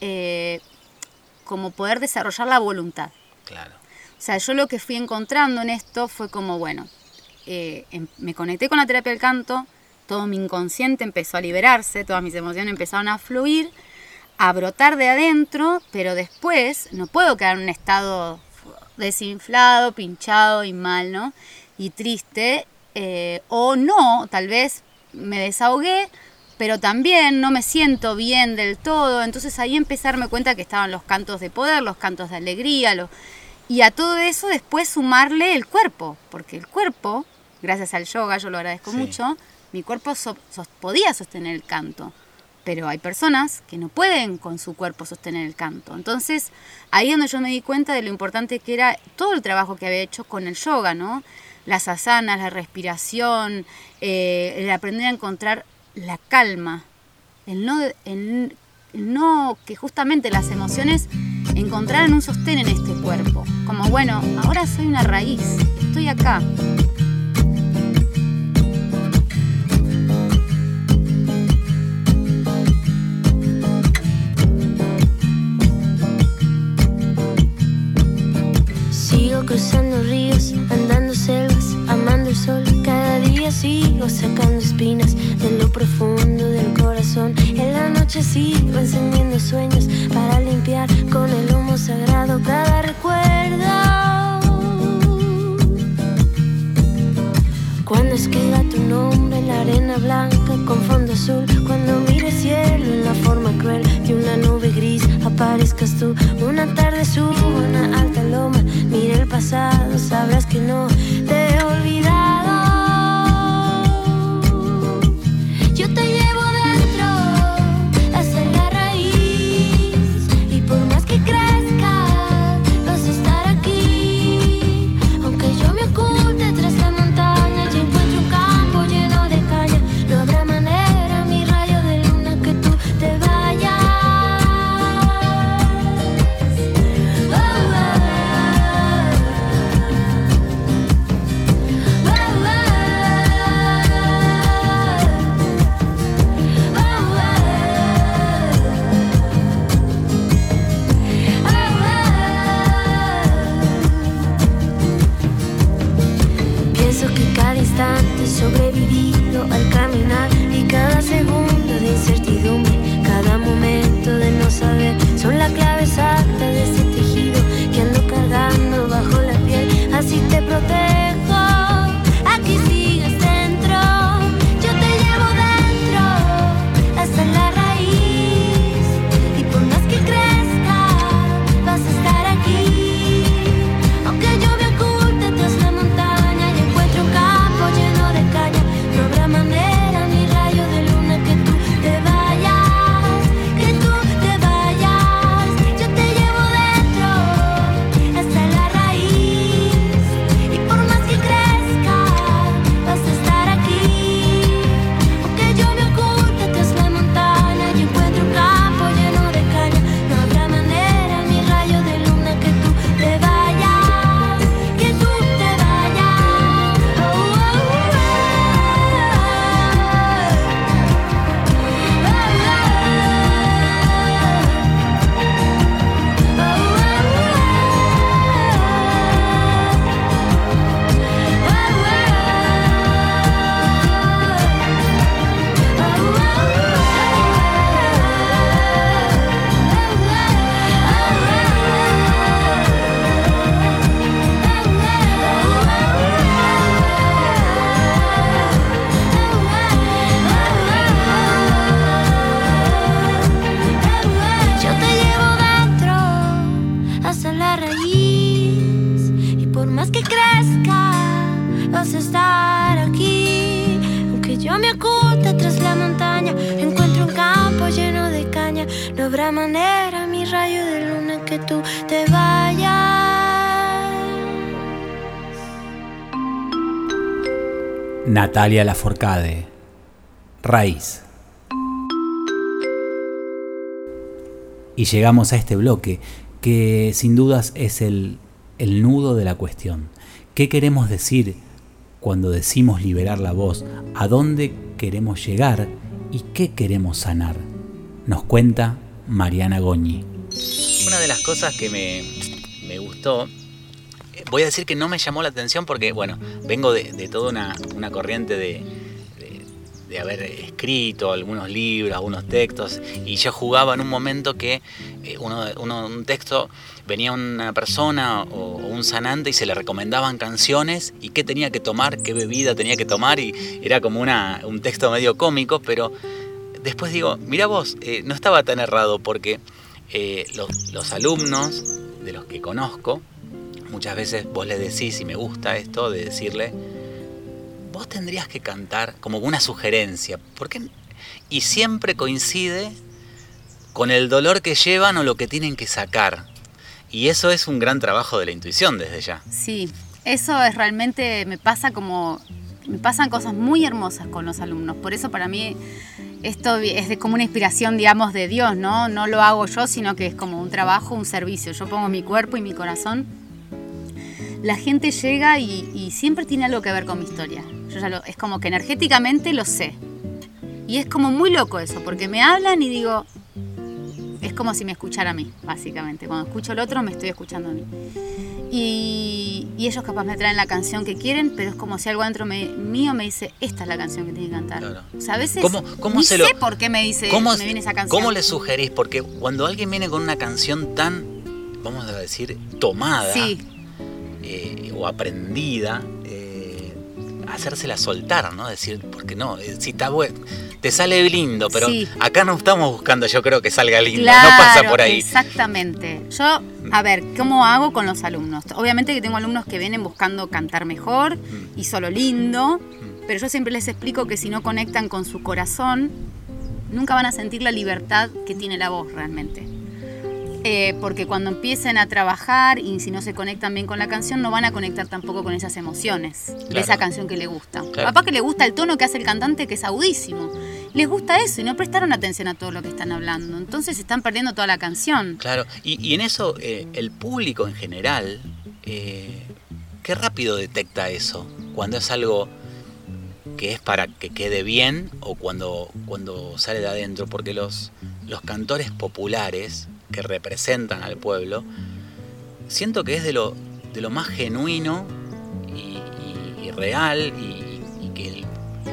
como poder desarrollar la voluntad. Claro. O sea, yo lo que fui encontrando en esto fue como, bueno, me conecté con la terapia del canto, todo mi inconsciente empezó a liberarse, todas mis emociones empezaron a fluir, a brotar de adentro, pero después no puedo quedar en un estado desinflado, pinchado y mal, ¿no? Y triste, o no, tal vez me desahogué, pero también no me siento bien del todo, entonces ahí empecé a darme cuenta que estaban los cantos de poder, los cantos de alegría, y a todo eso después sumarle el cuerpo, porque el cuerpo, gracias al yoga, yo lo agradezco mucho, mi cuerpo podía sostener el canto, pero hay personas que no pueden con su cuerpo sostener el canto. Entonces, ahí es donde yo me di cuenta de lo importante que era todo el trabajo que había hecho con el yoga, ¿no? las asanas, la respiración, el aprender a encontrar la calma, el no que justamente las emociones encontraran un sostén en este cuerpo. Como, bueno, ahora soy una raíz, estoy acá. Sigo cruzando ríos, andando selvas, amando el sol. Cada día sigo sacando espinas de lo profundo del corazón. En la noche sigo encendiendo sueños para limpiar con el humo sagrado cada recuerdo. Cuando escriba tu nombre en la arena blanca con fondo azul, cuando mire el cielo en la forma cruel de una nube gris, aparezcas tú. Una tarde subo a una alta loma, mire el pasado, sabrás que no te he olvidado. Yo te llevo dentro hasta la raíz, y por más que crezca vas a estar aquí. Aunque yo me oculte tras la montaña y encuentre un campo lleno de caña, no habrá manera, mi rayo de luna, que tú te vayas. Pienso que cada instante he sobrevivido al caminar, y cada segundo de incertidumbre, cada momento de no saber, son la clave exacta de ese tejido que ando cargando bajo la piel. Así te protejo, aquí sigues dentro. Yo te llevo dentro hasta la raíz, y por más que crezca vas a estar aquí. Aunque yo me oculte tras la montaña y encuentre un campo lleno de caña, no habrá manera, mi rayo de luna, que tú te vayas, que tú te vayas. Yo te llevo dentro hasta la raíz, y por más que crezca vas a estar aquí. Aunque yo me oculte tras la montaña y encuentre un campo lleno de caña, no habrá manera, mi rayo de luna, que tú te vayas, que tú te vayas. Yo te llevo dentro hasta la raíz, y por más que crezca vas a estar aquí. Aunque yo me oculte tras la montaña, encuentro un campo lleno de caña, no habrá manera, mi rayo de luna, que tú te vayas. Natalia Lafourcade, Raíz. Y llegamos a este bloque que sin dudas es el nudo de la cuestión. ¿Qué queremos decir cuando decimos liberar la voz? ¿A dónde queremos llegar? ¿Y qué queremos sanar? Nos cuenta Mariana Goñi. Una de las cosas que me gustó, voy a decir que no me llamó la atención porque, bueno, vengo de toda una corriente de haber escrito algunos libros, algunos textos, y yo jugaba en un momento que un texto, venía una persona o un sanante y se le recomendaban canciones y qué tenía que tomar, qué bebida tenía que tomar, y era como un texto medio cómico, pero después digo, mira vos, no estaba tan errado, porque los alumnos de los que conozco, muchas veces vos le decís, y me gusta esto de decirle, vos tendrías que cantar, como una sugerencia, porque, y siempre coincide con el dolor que llevan o lo que tienen que sacar. Y eso es un gran trabajo de la intuición desde ya. Sí, eso es realmente, me pasan cosas muy hermosas con los alumnos. Por eso para mí esto es como una inspiración, digamos, de Dios, ¿no? No lo hago yo, sino que es como un trabajo, un servicio. Yo pongo mi cuerpo y mi corazón. La gente llega y siempre tiene algo que ver con mi historia. Es como que energéticamente lo sé. Y es como muy loco eso, porque me hablan y digo, es como si me escuchara a mí, básicamente. Cuando escucho al otro, me estoy escuchando a mí. Y ellos capaz me traen la canción que quieren, pero es como si algo dentro mío me dice, esta es la canción que tiene que cantar. Claro. O sea, a veces ¿Cómo sé por qué me viene esa canción. ¿Cómo le sugerís? Porque cuando alguien viene con una canción tan, vamos a decir, tomada, sí, o aprendida, hacérsela soltar, ¿no? Decir, porque no, si está bueno, te sale lindo, pero sí, acá no estamos buscando, yo creo que salga lindo, claro, no pasa por ahí. Exactamente. Yo, a ver, ¿cómo hago con los alumnos? Obviamente que tengo alumnos que vienen buscando cantar mejor y solo lindo, pero yo siempre les explico que si no conectan con su corazón, nunca van a sentir la libertad que tiene la voz realmente. Porque cuando empiecen a trabajar y si no se conectan bien con la canción, no van a conectar tampoco con esas emociones, claro, de esa canción que le gusta. Claro. Capaz que le gusta el tono que hace el cantante, que es agudísimo. Les gusta eso y no prestaron atención a todo lo que están hablando. Entonces están perdiendo toda la canción. Claro, y en eso el público en general, qué rápido detecta eso, cuando es algo que es para que quede bien o cuando sale de adentro, porque los cantores populares que representan al pueblo, siento que es de lo más genuino y real, y que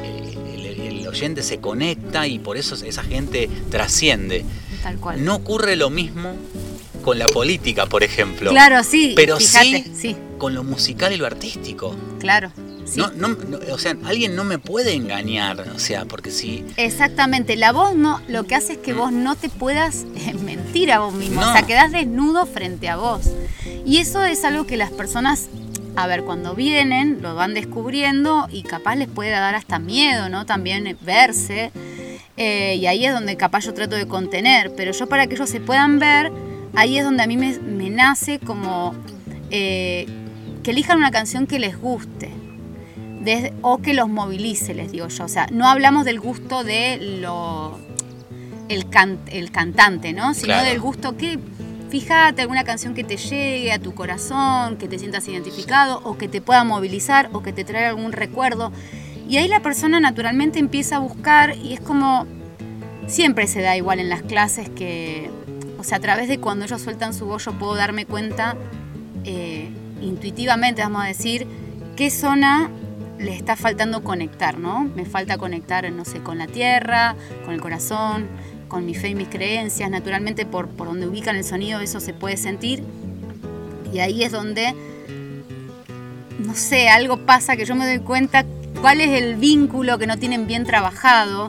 el oyente se conecta y por eso esa gente trasciende. Tal cual. No ocurre lo mismo con la política, por ejemplo. Claro, sí. Pero fíjate, sí, con lo musical y lo artístico. Claro. Sí. No, o sea, alguien no me puede engañar, o sea, porque si... Exactamente, la voz no, lo que hace es que vos no te puedas mentir a vos mismo, No. O sea, quedás desnudo frente a vos. Y eso es algo que las personas, a ver, cuando vienen, lo van descubriendo y capaz les puede dar hasta miedo, ¿no? También verse, y ahí es donde capaz yo trato de contener, pero yo para que ellos se puedan ver, ahí es donde a mí me nace como que elijan una canción que les guste. O que los movilice, les digo yo. O sea, no hablamos del gusto de el cantante, ¿no? Sino claro, del gusto que, fíjate, alguna canción que te llegue a tu corazón, que te sientas identificado, o que te pueda movilizar, o que te traiga algún recuerdo. Y ahí la persona naturalmente empieza a buscar, y es como, siempre se da igual en las clases que, o sea, a través de cuando ellos sueltan su voz, yo puedo darme cuenta, intuitivamente, vamos a decir, qué zona le está faltando conectar, ¿no? Me falta conectar, no sé, con la tierra, con el corazón, con mi fe y mis creencias. Naturalmente, por donde ubican el sonido, eso se puede sentir. Y ahí es donde, no sé, algo pasa que yo me doy cuenta cuál es el vínculo que no tienen bien trabajado.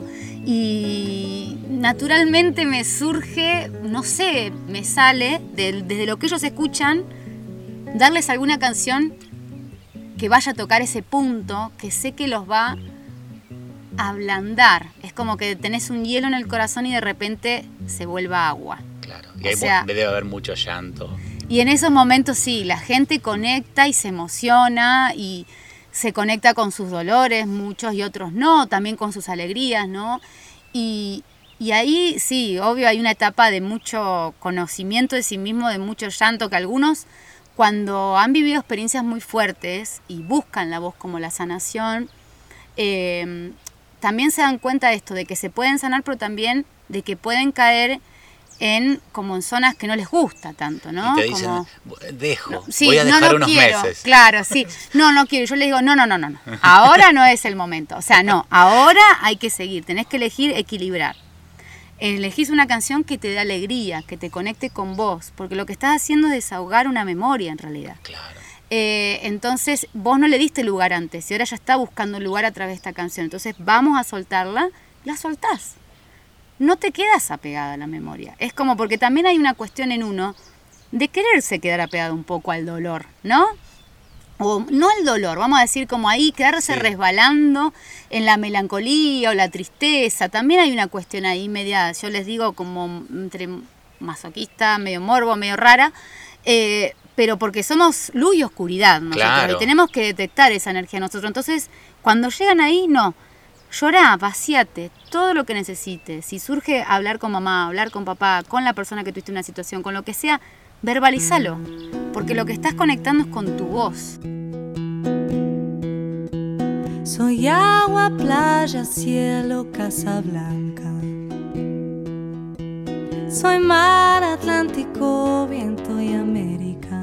Y naturalmente me surge, no sé, me sale, desde lo que ellos escuchan, darles alguna canción que vaya a tocar ese punto, que sé que los va a ablandar. Es como que tenés un hielo en el corazón y de repente se vuelva agua. Claro, y ahí debe haber mucho llanto. Y en esos momentos sí, la gente conecta y se emociona y se conecta con sus dolores, muchos y otros no, también con sus alegrías, ¿no? Y ahí sí, obvio hay una etapa de mucho conocimiento de sí mismo, de mucho llanto, que algunos, cuando han vivido experiencias muy fuertes y buscan la voz como la sanación, también se dan cuenta de esto, de que se pueden sanar, pero también de que pueden caer como en zonas que no les gusta tanto, ¿no? Y te dicen, como, sí, voy a dejar unos quiero, meses. Claro, sí, no quiero. Yo les digo, no, ahora no es el momento. O sea, no, ahora hay que seguir, tenés que elegir equilibrar. Elegís una canción que te dé alegría, que te conecte con vos, porque lo que estás haciendo es desahogar una memoria en realidad. Claro. Entonces vos no le diste lugar antes y ahora ya está buscando lugar a través de esta canción. Entonces vamos a soltarla, la soltás. No te quedas apegada a la memoria. Es como porque también hay una cuestión en uno de quererse quedar apegado un poco al dolor, ¿no? O no al dolor, vamos a decir como ahí, quedarse resbalando en la melancolía o la tristeza. También hay una cuestión ahí media, yo les digo como entre masoquista, medio morbo, medio rara, pero porque somos luz y oscuridad nosotros, Claro. y tenemos que detectar esa energía nosotros. Entonces, cuando llegan ahí, no, llorá, vacíate, todo lo que necesites. Si surge hablar con mamá, hablar con papá, con la persona que tuviste una situación, con lo que sea, verbalízalo, porque lo que estás conectando es con tu voz. Soy agua, playa, cielo, Casa Blanca. Soy mar, Atlántico, viento y América.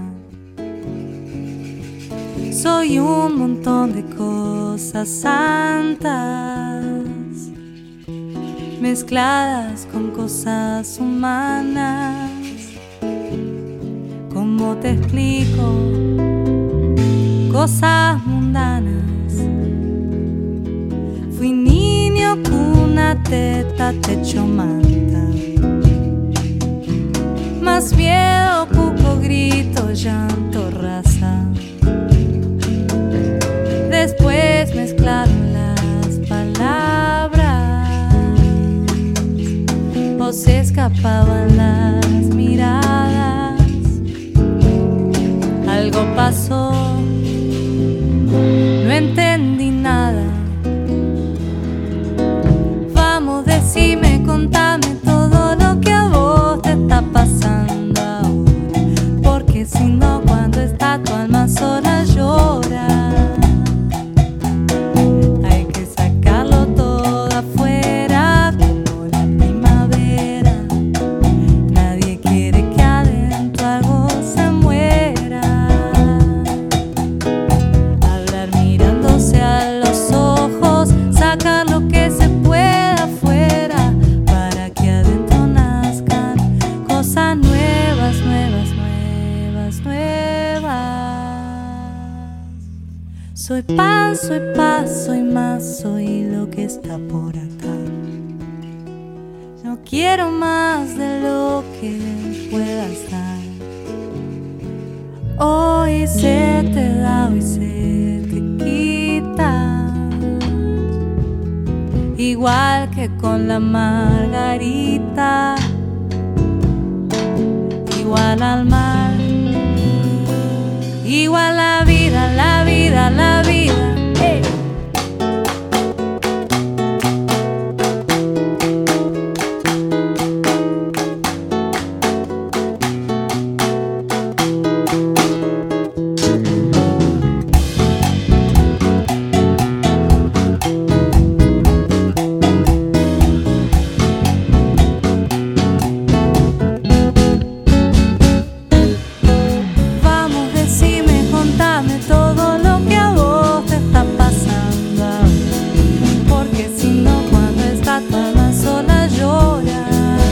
Soy un montón de cosas santas mezcladas con cosas humanas. ¿Cómo te explico? Cosas mundanas. Fui niño, cuna, teta, techo, manta. Más miedo, cuco, grito, llanto, raza. Después mezclaron las palabras o se escapaban las miradas. Algo pasó, no entendí nada. Vamos, decime, contame todo lo que a vos te está pasando ahora, porque si no, cuando está tu alma sola llora. Hay que sacarlo todo afuera como la primavera. Nadie quiere que adentro algo se muera. Hablar mirándose a los ojos, sacar lo que se pueda afuera para que adentro nazcan cosas nuevas, nuevas, nuevas, nuevas. Soy pan, soy paz, soy más, soy lo que está por acá. No quiero más de lo que puedas dar. Hoy se te da, hoy se te quita. Igual que con la margarita, igual al mar, igual la vida, la vida, la vida. ¡Ey! Vamos, decime, contame todo lo que a vos te está pasando ahora, porque si no, cuando está tu alma sola llora.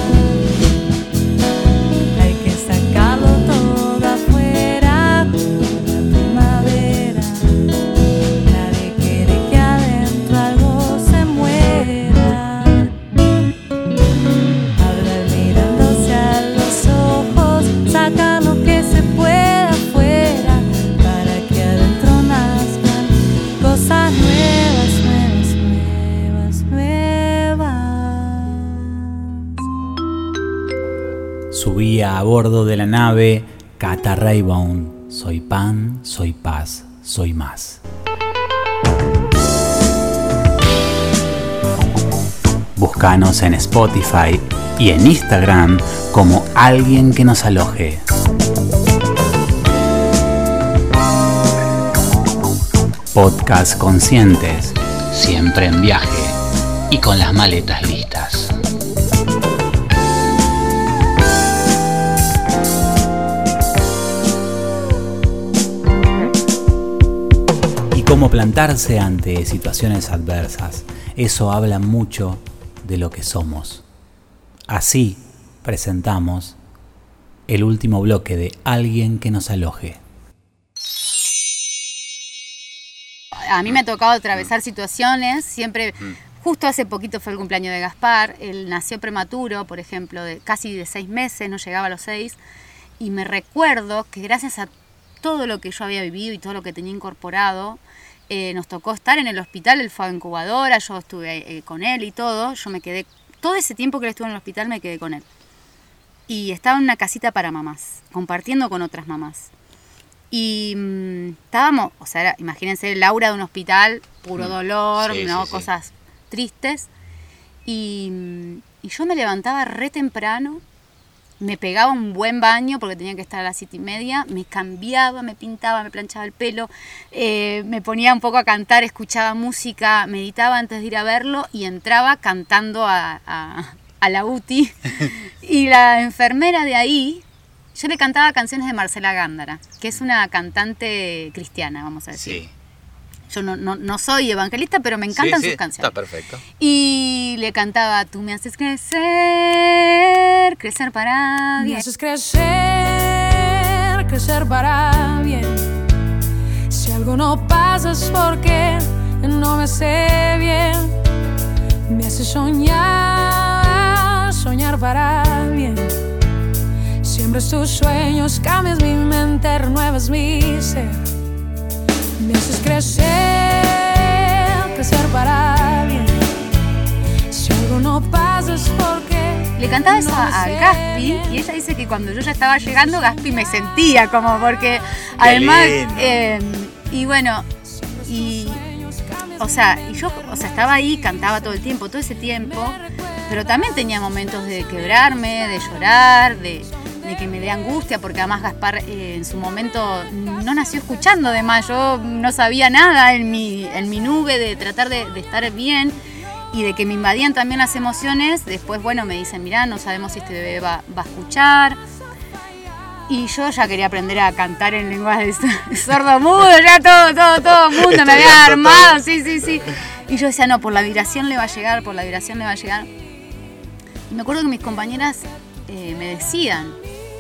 Hay que sacarlo todo afuera como la primavera. Nadie quiere que adentro algo se muera. Hablar mirándose a los ojos, sacar lo que se pueda afuera para que adentro nazcan cosas nuevas, nuevas, nuevas, nuevas. Subía a bordo de la nave Cata Raybound. Soy pan, soy paz, soy más. Búscanos en Spotify y en Instagram como Alguien que nos aloje. Podcast conscientes, siempre en viaje y con las maletas listas. Y cómo plantarse ante situaciones adversas. Eso habla mucho de lo que somos. Así presentamos el último bloque de Alguien que nos aloje. A mí me ha tocado atravesar situaciones, siempre, justo hace poquito fue el cumpleaños de Gaspar, él nació prematuro, por ejemplo, casi de 6 meses, no llegaba a los 6, y me recuerdo que gracias a todo lo que yo había vivido y todo lo que tenía incorporado, nos tocó estar en el hospital, él fue a incubadora, yo estuve con él y todo, yo me quedé, todo ese tiempo que él estuvo en el hospital me quedé con él. Y estaba en una casita para mamás, compartiendo con otras mamás. Y estábamos, o sea, imagínense el aura de un hospital, puro dolor, Sí, ¿no? sí. Cosas tristes. Y yo me levantaba re temprano, me pegaba un buen baño porque tenía que estar a las 7:30, me cambiaba, me pintaba, me planchaba el pelo, me ponía un poco a cantar, escuchaba música, meditaba antes de ir a verlo y entraba cantando a la UTI. Y la enfermera de ahí, yo le cantaba canciones de Marcela Gándara, que es una cantante cristiana, vamos a decir. Sí. Yo no soy evangelista, pero me encantan sus canciones. Está perfecto. Y le cantaba, tú me haces crecer para Me bien. haces crecer para bien. Si algo no pasa es porque no me sé bien. Me haces soñar para bien. Siembras tus sueños, cambias mi mente, renuevas mi ser. Me haces crecer para bien. Si algo no pasa es porque Le cantaba eso no me a sé Gaspi bien. y ella dice que cuando yo ya estaba llegando, Gaspi me sentía como porque además, y bueno, o sea, yo estaba ahí, cantaba todo el tiempo, todo ese tiempo, pero también tenía momentos de quebrarme, de llorar, de que me dé angustia, porque además Gaspar en su momento no nació escuchando, además yo no sabía nada en mi nube de tratar de estar bien y de que me invadían también las emociones. Después, bueno, me dicen, mirá, no sabemos si este bebé va a escuchar. Y yo ya quería aprender a cantar en lenguaje de sordo-mudo, ya todo el mundo me había armado, sí. Y yo decía, no, por la vibración le va a llegar. Y me acuerdo que mis compañeras me decían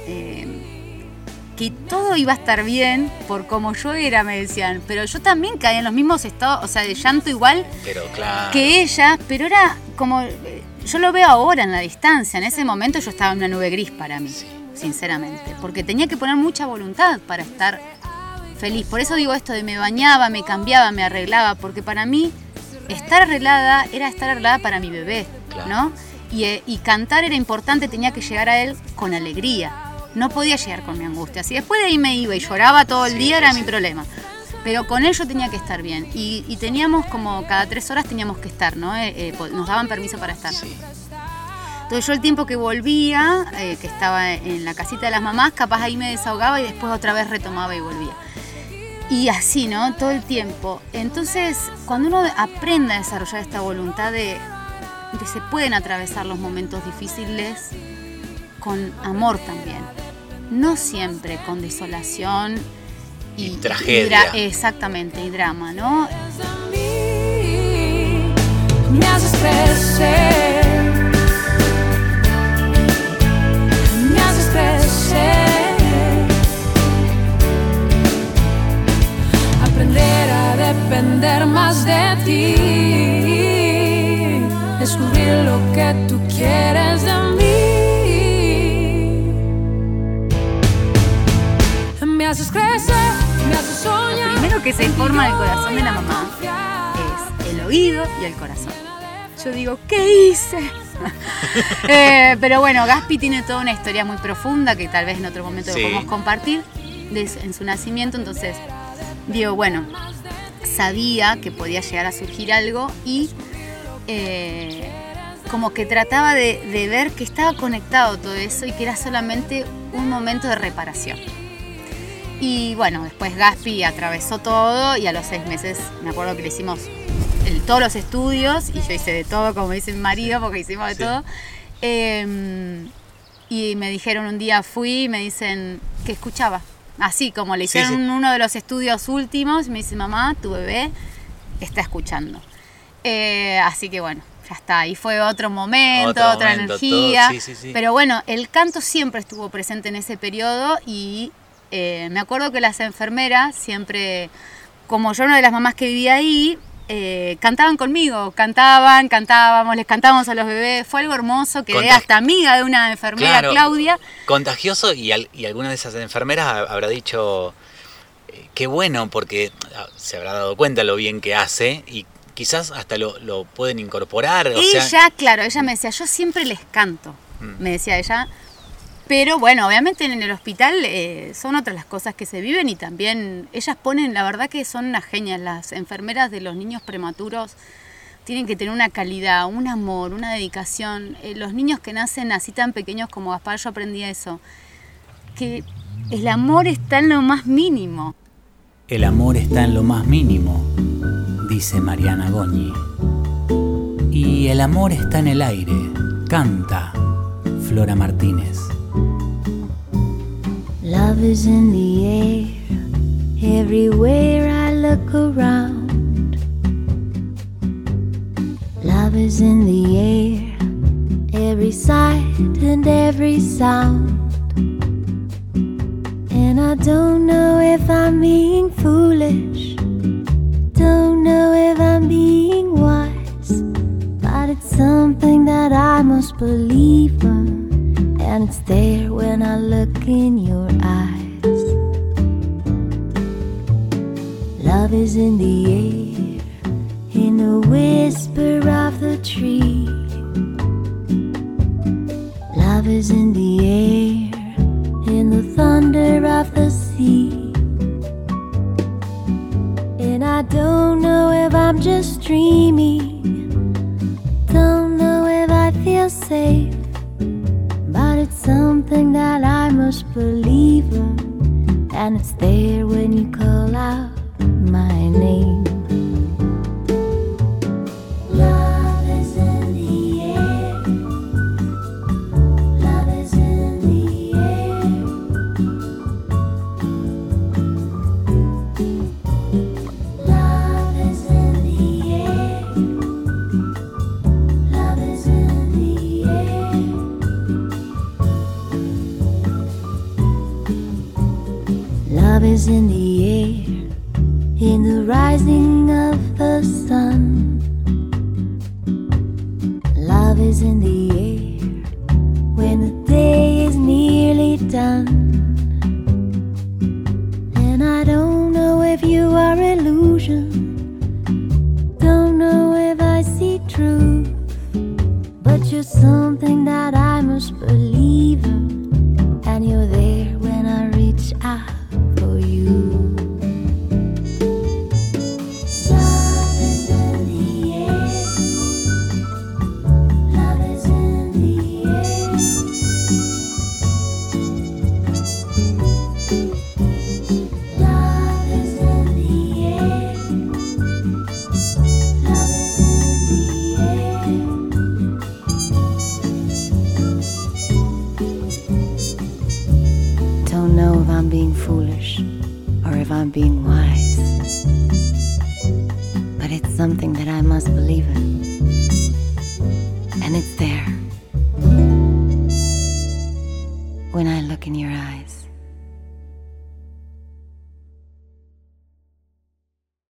que todo iba a estar bien por como yo era, me decían. Pero yo también caía en los mismos estados, o sea, de llanto igual Pero claro. que ella, pero era como, yo lo veo ahora en la distancia, en ese momento yo estaba en una nube gris para mí, sinceramente, porque tenía que poner mucha voluntad para estar feliz. Por eso digo esto de me bañaba, me cambiaba, me arreglaba, porque para mí estar arreglada era estar arreglada para mi bebé, Claro. ¿no? Y cantar era importante, tenía que llegar a él con alegría, no podía llegar con mi angustia. Si después de ahí me iba y lloraba todo el día era mi problema. Pero con él yo tenía que estar bien. Y teníamos como cada 3 horas teníamos que estar, ¿no? Nos daban permiso para estar. Sí. Entonces yo el tiempo que volvía, que estaba en la casita de las mamás, capaz ahí me desahogaba y después otra vez retomaba y volvía. Y así, ¿no? Todo el tiempo. Entonces, cuando uno aprende a desarrollar esta voluntad de se pueden atravesar los momentos difíciles con amor también. No siempre con desolación Y tragedia. Exactamente, y drama, ¿no? Me haces crecer. Me haces crecer. Aprender a depender más de ti. Descubrir lo que tú quieres de mí. Me haces crecer, me haces soñar. Lo primero que se forma en el corazón de la mamá es el oído y el corazón. Yo digo, ¿qué hice? Pero bueno, Gaspi tiene toda una historia muy profunda que tal vez en otro momento Sí. lo podemos compartir en su nacimiento. Entonces, digo, bueno, sabía que podía llegar a surgir algo y como que trataba de ver que estaba conectado todo eso y que era solamente un momento de reparación. Y bueno, después Gaspi atravesó todo y a los 6 meses me acuerdo que le hicimos todos los estudios y yo hice de todo, como dice mi marido, porque hicimos de todo. Y me dijeron un día, fui y me dicen que escuchaba. Así como le hicieron uno de los estudios últimos, me dice, mamá, tu bebé está escuchando. Así que bueno, ya está, ahí fue otro momento, otra energía. Todo, sí. Pero bueno, el canto siempre estuvo presente en ese periodo y me acuerdo que las enfermeras siempre, como yo una de las mamás que vivía ahí, cantaban conmigo, cantábamos, les cantábamos a los bebés. Fue algo hermoso, quedé hasta amiga de una enfermera, Claro, Claudia. Contagioso y alguna de esas enfermeras habrá dicho, qué bueno, porque se habrá dado cuenta lo bien que hace y quizás hasta lo pueden incorporar. Ella me decía, yo siempre les canto, me decía ella. Pero bueno, obviamente en el hospital son otras las cosas que se viven y también ellas ponen, la verdad que son unas genias, las enfermeras de los niños prematuros tienen que tener una calidad, un amor, una dedicación. Los niños que nacen así tan pequeños como Gaspar, yo aprendí eso, que el amor está en lo más mínimo. El amor está en lo más mínimo, dice Mariana Goñi. Y el amor está en el aire, canta Flora Martínez. Love is in the air, everywhere I look around. Love is in the air, every sight and every sound. And I don't know if I'm being foolish, don't know if I'm being wise, but it's something that I must believe in, and it's there when I look in your eyes. Love is in the air, in the whisper of the tree. Love is in the air, in the thunder of the sea. And I don't know if I'm just dreaming, don't know if I feel safe, but it's something that I must believe in, and it's there when you call out my name. Love is in the air, love is in the air. Love is in the air, love is in the air. Love is in the air, in the rising of the sun. Love is in the air, when the day is nearly done. And I don't know if you are illusion, don't know if I see truth, but you're something that I must believe in, and you're there when I reach out for you. Love is in the air, love is in the air. Love is in the air, love is in the air. Don't know if I'm being foolish or if I'm being wise, but it's something that I must believe in, and it's there